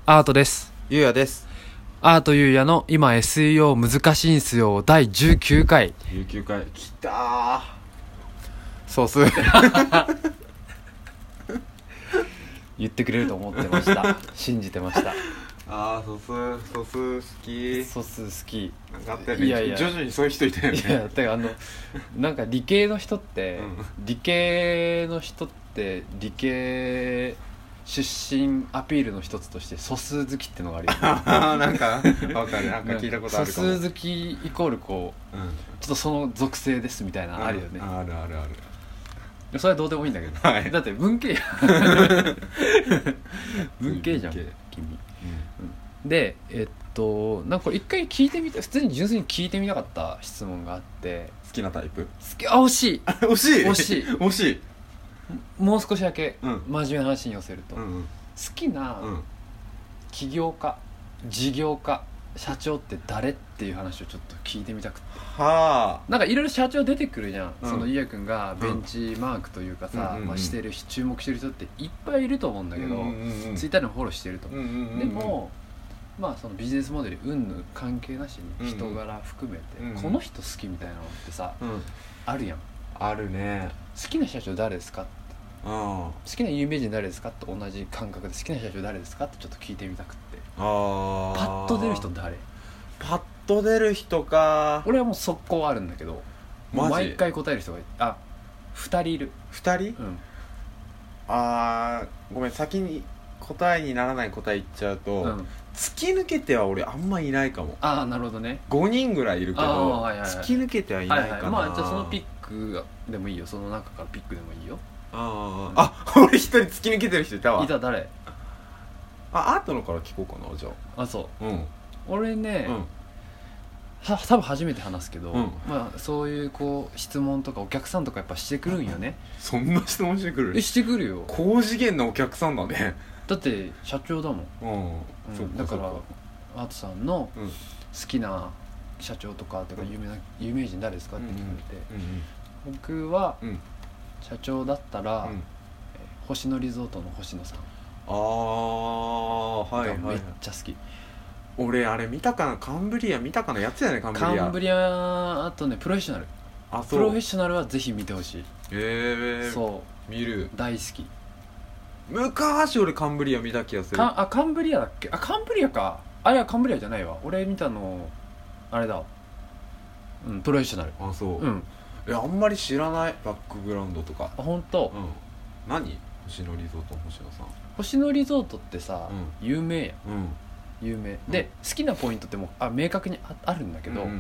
アートです。 ゆうやです。 アートゆうやの今 SEO 難しいんすよ第19回。 19回きたー。素数言ってくれると思ってました信じてました。 素数好き。 素数好き。 なんかあったよね。 いやいや徐々にそういう人いたよね。 いやだからなんか理系の人って、理系出身アピールの一つとして素数好きってのがあるよね。 なんかわかる。なんか聞いたことあるかも。 素数好きイコールこう、ちょっとその属性ですみたいなのあるよね。 あるそれはどうでもいいんだけど、 はい、 だって文系文系じゃん君、でなんかこれ一回聞いてみて、普通に純粋に聞いてみたかった質問があって。 好きなタイプ？ 惜しい惜しい。 もう少しだけ真面目な話に寄せると、好きな起業家、事業家、社長って誰っていう話をちょっと聞いてみたくて。なんかいろいろ社長出てくるじゃん、そのゆうやくんがベンチマークというかさ、してる注目してる人っていっぱいいると思うんだけど、ツイッターでもフォローしてると、でもそのビジネスモデル云々関係なしに人柄含めて、この人好きみたいなのってさ、あるやん。 あるね。 好きな社長誰ですかって、好きな有名人誰ですかって同じ感覚で好きな社長誰ですかってちょっと聞いてみたくって。パッと出る人誰？ パッと出る人か。 俺はもう速攻あるんだけど、毎回答える人が2人いる。 2人？ごめん、先に答えにならない答え言っちゃうと、突き抜けては俺あんまいないかも。 なるほどね。 5人ぐらいいるけど、突き抜けてはいないかな。 じゃあそのピックでもいいよ、その中からピックでもいいよ。 俺一人突き抜けてる人いたわ。 誰？ アートのから聞こうかな。じゃあそう、俺ね、多分初めて話すけど、そういうこう質問とかお客さんとかやっぱしてくるんよね。 そんな質問してくる？ してくるよ。 高次元のお客さんだね。 だって社長だもん。だからアートさんの好きな社長とか有名人誰ですかって聞かれて、僕は社長だったら星野リゾートの星野さん。めっちゃ好き。 俺あれ見たかな、カンブリア見たかな、やつやね。カンブリア、あとねプロフェッショナル。プロフェッショナルはぜひ見てほしい。 そう見る。 大好き。 昔俺カンブリア見た気がする。 カンブリアだっけ？カンブリアか。いやカンブリアじゃないわ。俺見たのあれだ。プロフェッショナル。 あんまり知らない、バックグラウンドとか。 本当？ 何？星野リゾートの星野さん。 星野リゾートってさ、有名やん。有名で、好きなポイントってもう明確にあるんだけど、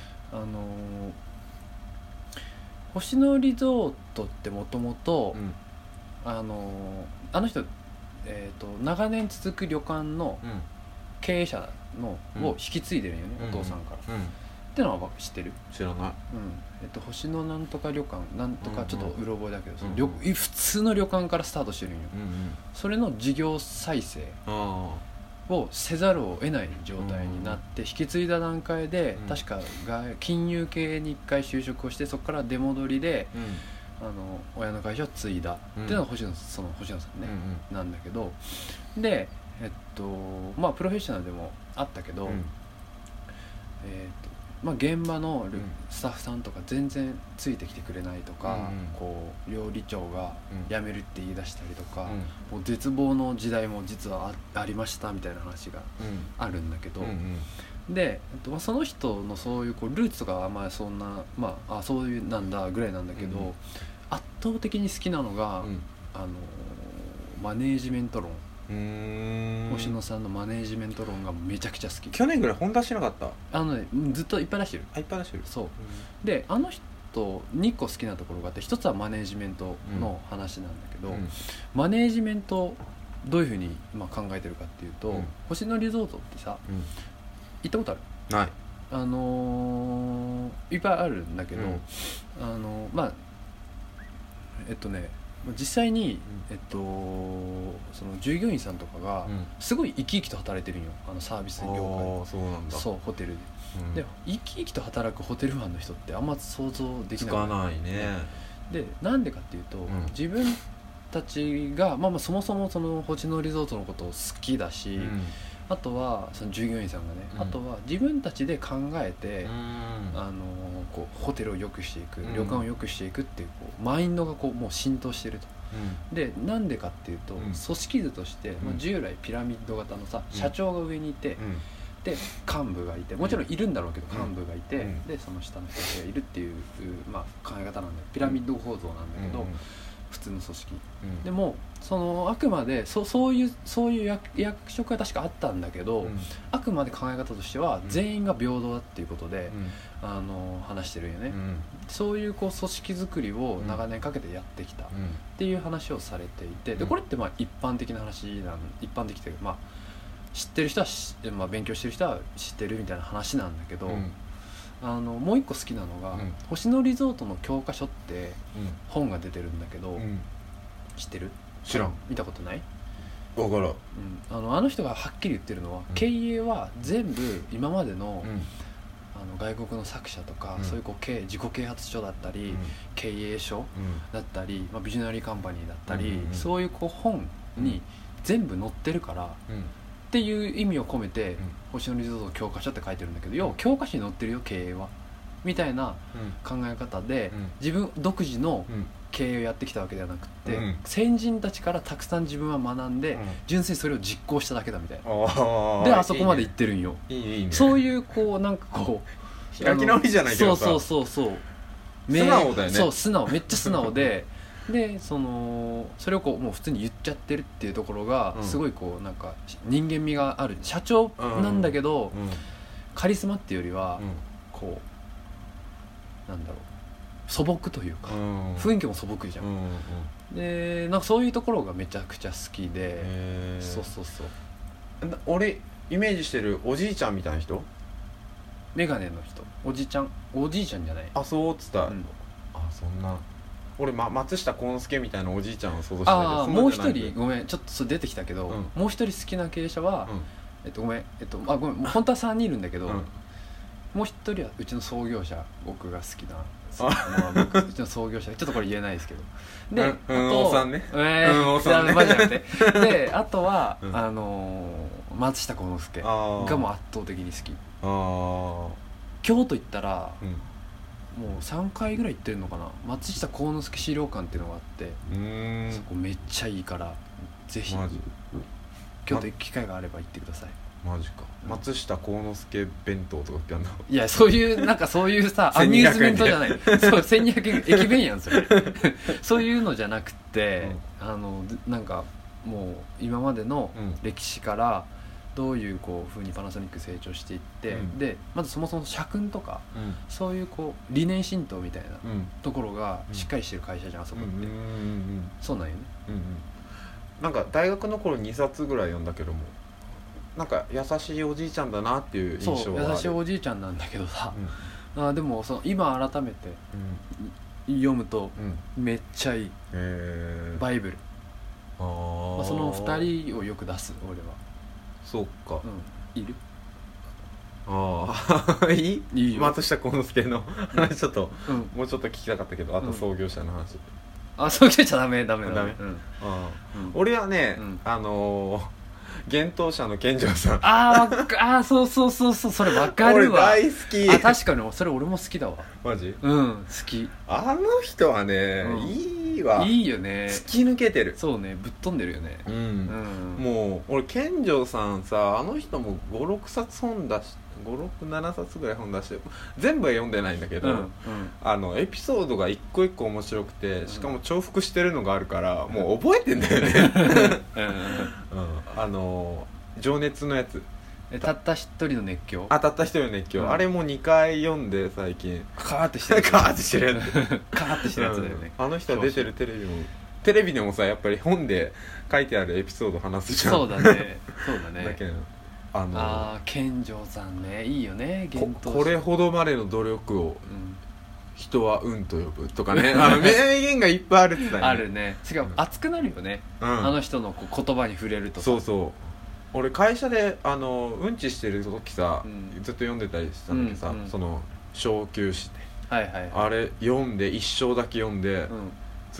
星野リゾートってもともとあの人長年続く旅館の経営者を引き継いでるんよね、お父さんから、ってのは知ってる？ 知らない。 星野なんとか旅館なんとか、ちょっとうろ覚えだけど、普通の旅館からスタートしてるんよ。それの事業再生をせざるを得ない状態になって、引き継いだ段階で確か金融系に一回就職をして、そこから出戻りで親の会社を継いだっていうのが星野さんね、なんだけど、でプロフェッショナルでもあったけど、現場のスタッフさんとか全然ついてきてくれないとか、こう料理長が辞めるって言い出したりとか、もう絶望の時代も実は ありましたみたいな話があるんだけど、で、その人のそういうルーツとかはそんなそういうなんだぐらいなんだけど、圧倒的に好きなのが、マネージメント論。星野さんのマネージメント論がめちゃくちゃ好き。 去年ぐらい本出してなかった？ ずっといっぱい出してる。 いっぱい出してる。 そう、で人2個好きなところがあって、一つはマネージメントの話なんだけど、マネージメントどういうふうに考えてるかっていうと、星野リゾートってさ、行ったことある？ ない。 いっぱいあるんだけど、実際に、その従業員さんとかがすごい生き生きと働いてるんよ、サービス業界で。 そうなんだ。 そう、ホテルで、で生き生きと働くホテルマンの人ってあんま想像できない。 つかないね。 でなんでかっていうと、自分たちが、まあ、そもそもその星野リゾートのことを好きだし、あとはその従業員さんがね、あとは自分たちで考えて、こうホテルを良くしていく、旅館を良くしていくっていう、マインドがもう浸透してると。でなんでかっていうと、組織図として、従来ピラミッド型のさ、社長が上にいて、で幹部がいて、もちろんいるんだろうけど幹部がいて、でその下の人たちがいるっていう、考え方なんで、ピラミッド構造なんだけど、普通の組織、でもそのあくまでそういう役職が確かあったんだけど、あくまで考え方としては全員が平等だっていうことで、話してるよね、そういう組織づくりを長年かけてやってきたっていう話をされていて、でこれって一般的な話一般的というか、知ってる人は勉強してる人は知ってるみたいな話なんだけど、もう一個好きなのが、星野リゾートの教科書って本が出てるんだけど、知ってる？ 知らん。 見たことない？ わからん。 あの人がはっきり言ってるのは、経営は全部今までの、外国の作者とか、そういう自己啓発書だったり、経営書だったり、ビジョナリーカンパニーだったり、そういう本に全部載ってるから、っていう意味を込めて、星野リゾートの教科書って書いてるんだけど、要は教科書に載ってるよ経営はみたいな考え方で、自分独自の経営をやってきたわけではなくて、先人たちからたくさん自分は学んで、純粋にそれを実行しただけだみたいな、であそこまで行ってるんよ。いいね。そういうなんか開き直りじゃないけどさ、 そう素直だよね。そう素直、めっちゃ素直ででそれをもう普通に言っちゃってるっていうところが、すごいなんか人間味がある社長なんだけど、カリスマっていうよりは、なんだろう、素朴というか、雰囲気も素朴じゃん、でなんかそういうところがめちゃくちゃ好きで、そう俺イメージしてるおじいちゃんみたいな人、 メガネの人、おじいちゃんじゃない、 そうっつった、そんな俺、松下幸之助みたいなおじいちゃんを想像してたけど、 もう一人ごめん、ちょっとそれ出てきたけど、もう一人好きな経営者は、ごめん本当は3人いるんだけど、もう一人はうちの創業者、僕が好きなうちの創業者、ちょっとこれ言えないですけど、であとおさんね、 おさんね、マジでやめて。であとは松下幸之助がもう圧倒的に好き。京都行ったら、もう3回ぐらい行ってるのかな、松下幸之助資料館っていうのがあって、そこめっちゃいいから、ぜひ京都行く機会があれば行ってください。 マジか。松下幸之助弁当とかってあんの？ いや、そういうさアミューズメントじゃないそう、1200円駅弁やんそれそういうのじゃなくて、なんかもう今までの歴史からどういう風にパナソニック成長していって、でまずそもそも社訓とか、そういう理念浸透みたいなところがしっかりしてる会社じゃん、あそこって。そうなんよね。 なんか大学の頃2冊ぐらい読んだけども、なんか優しいおじいちゃんだなっていう印象はある。 優しいおじいちゃんなんだけどさ、でも今改めて読むとめっちゃいい、バイブル。その2人をよく出す俺は。 そうか、 いる？ いい？松下幸之助の話ちょっと、もうちょっと聞きたかったけど、あと創業者の話。 創業者ダメ。 俺はね、幻冬舎の健丈さん。 そうそれ分かるわ。 俺大好き。 確かにそれ俺も好きだわ。 マジ？ 好き。 あの人はね、いいわ。 いいよね。 突き抜けてる。 そうね、ぶっ飛んでるよね。 もう俺健丈さんさ、あの人も5、6冊本出して、5、6、7冊ぐらい本出して、全部は読んでないんだけど、エピソードが一個一個面白くて、しかも重複してるのがあるから、もう覚えてんだよね。情熱のやつ、 たった一人の熱狂。 たった一人の熱狂、あれも2回読んで最近カーってしてるカーってしてるやつだよね。 あの人は出てるテレビでもさ、やっぱり本で書いてあるエピソード話すじゃん。 そうだねだけど健丈さんね、いいよね。 これほどまでの努力を人は運と呼ぶとかね、名言がいっぱいあるって言ったよね。 あるね。しかも熱くなるよね、あの人の言葉に触れると。 そう俺会社でうんちしてる時さ、ずっと読んでたりしたんだけどさ、その小休止で、あれ読んで一章だけ読んで、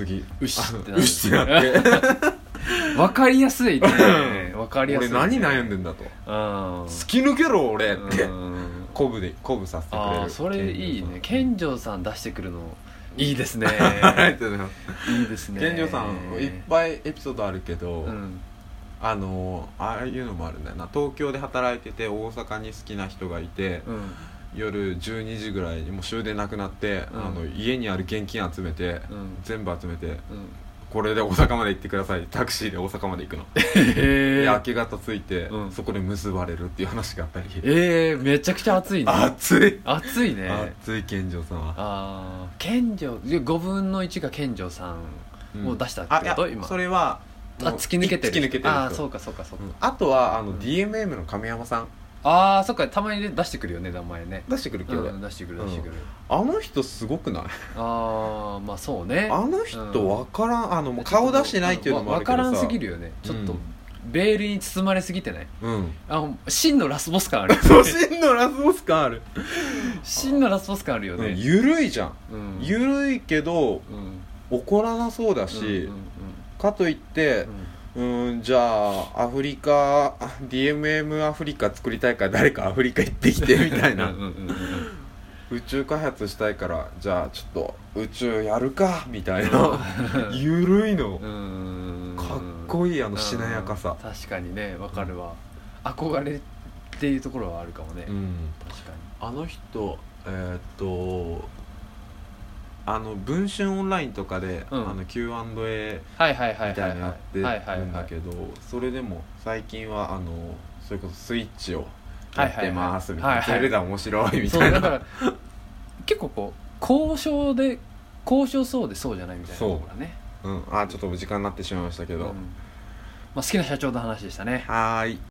次うしってうしってなって分かりやすいね分かりやすい、ね、 俺何悩んでんだと突き抜けろ俺って鼓舞させてくれる。 それいいね。健丈さん出してくるのいいですねいいですね。 健丈さんいっぱいエピソードあるけど、ああいうのもあるんだよな。東京で働いてて大阪に好きな人がいて、夜12時ぐらいにもう終電なくなって、家にある現金集めて、全部集めて、これで大阪まで行ってください、タクシーで大阪まで行くので明け方着いて、そこで結ばれるっていう話があったり。 めちゃくちゃ熱いね。 熱いね熱い健丈さんは。健丈5分の1が健丈さんを出したってこと、今それは突き抜けてる人。 そうか、 あとはDMM の亀山さん。 そっか、たまに出してくるよね、名前ね。 出してくるけど、 出してくる、 あの人すごくない？ まあそうね。 あの人分からん、もう顔出してないっていうのもあるけどさ、 分からんすぎるよね。ちょっとベールに包まれすぎてない？真のラスボス感ある。 真のラスボス感ある。 真のラスボス感あるよね。 ゆるいじゃん。ゆるいけど怒らなそうだし、かといってじゃあアフリカ DMM アフリカ作りたいから誰かアフリカ行ってきてみたいな宇宙開発したいからじゃあちょっと宇宙やるかみたいなゆるいのかっこいい、しなやかさ。 確かにね、わかるわ。憧れっていうところはあるかもね。確かにあの人文春オンラインとかで、Q&A みたいなのやってるんだけど、それでも最近はそれこそスイッチをやってますみたいな、ゼルダ面白いみたいな。 だから結構こう交渉そうでそうじゃないみたいなところがね。 ちょっと時間になってしまいましたけど、 好きな社長の話でしたね。 はい。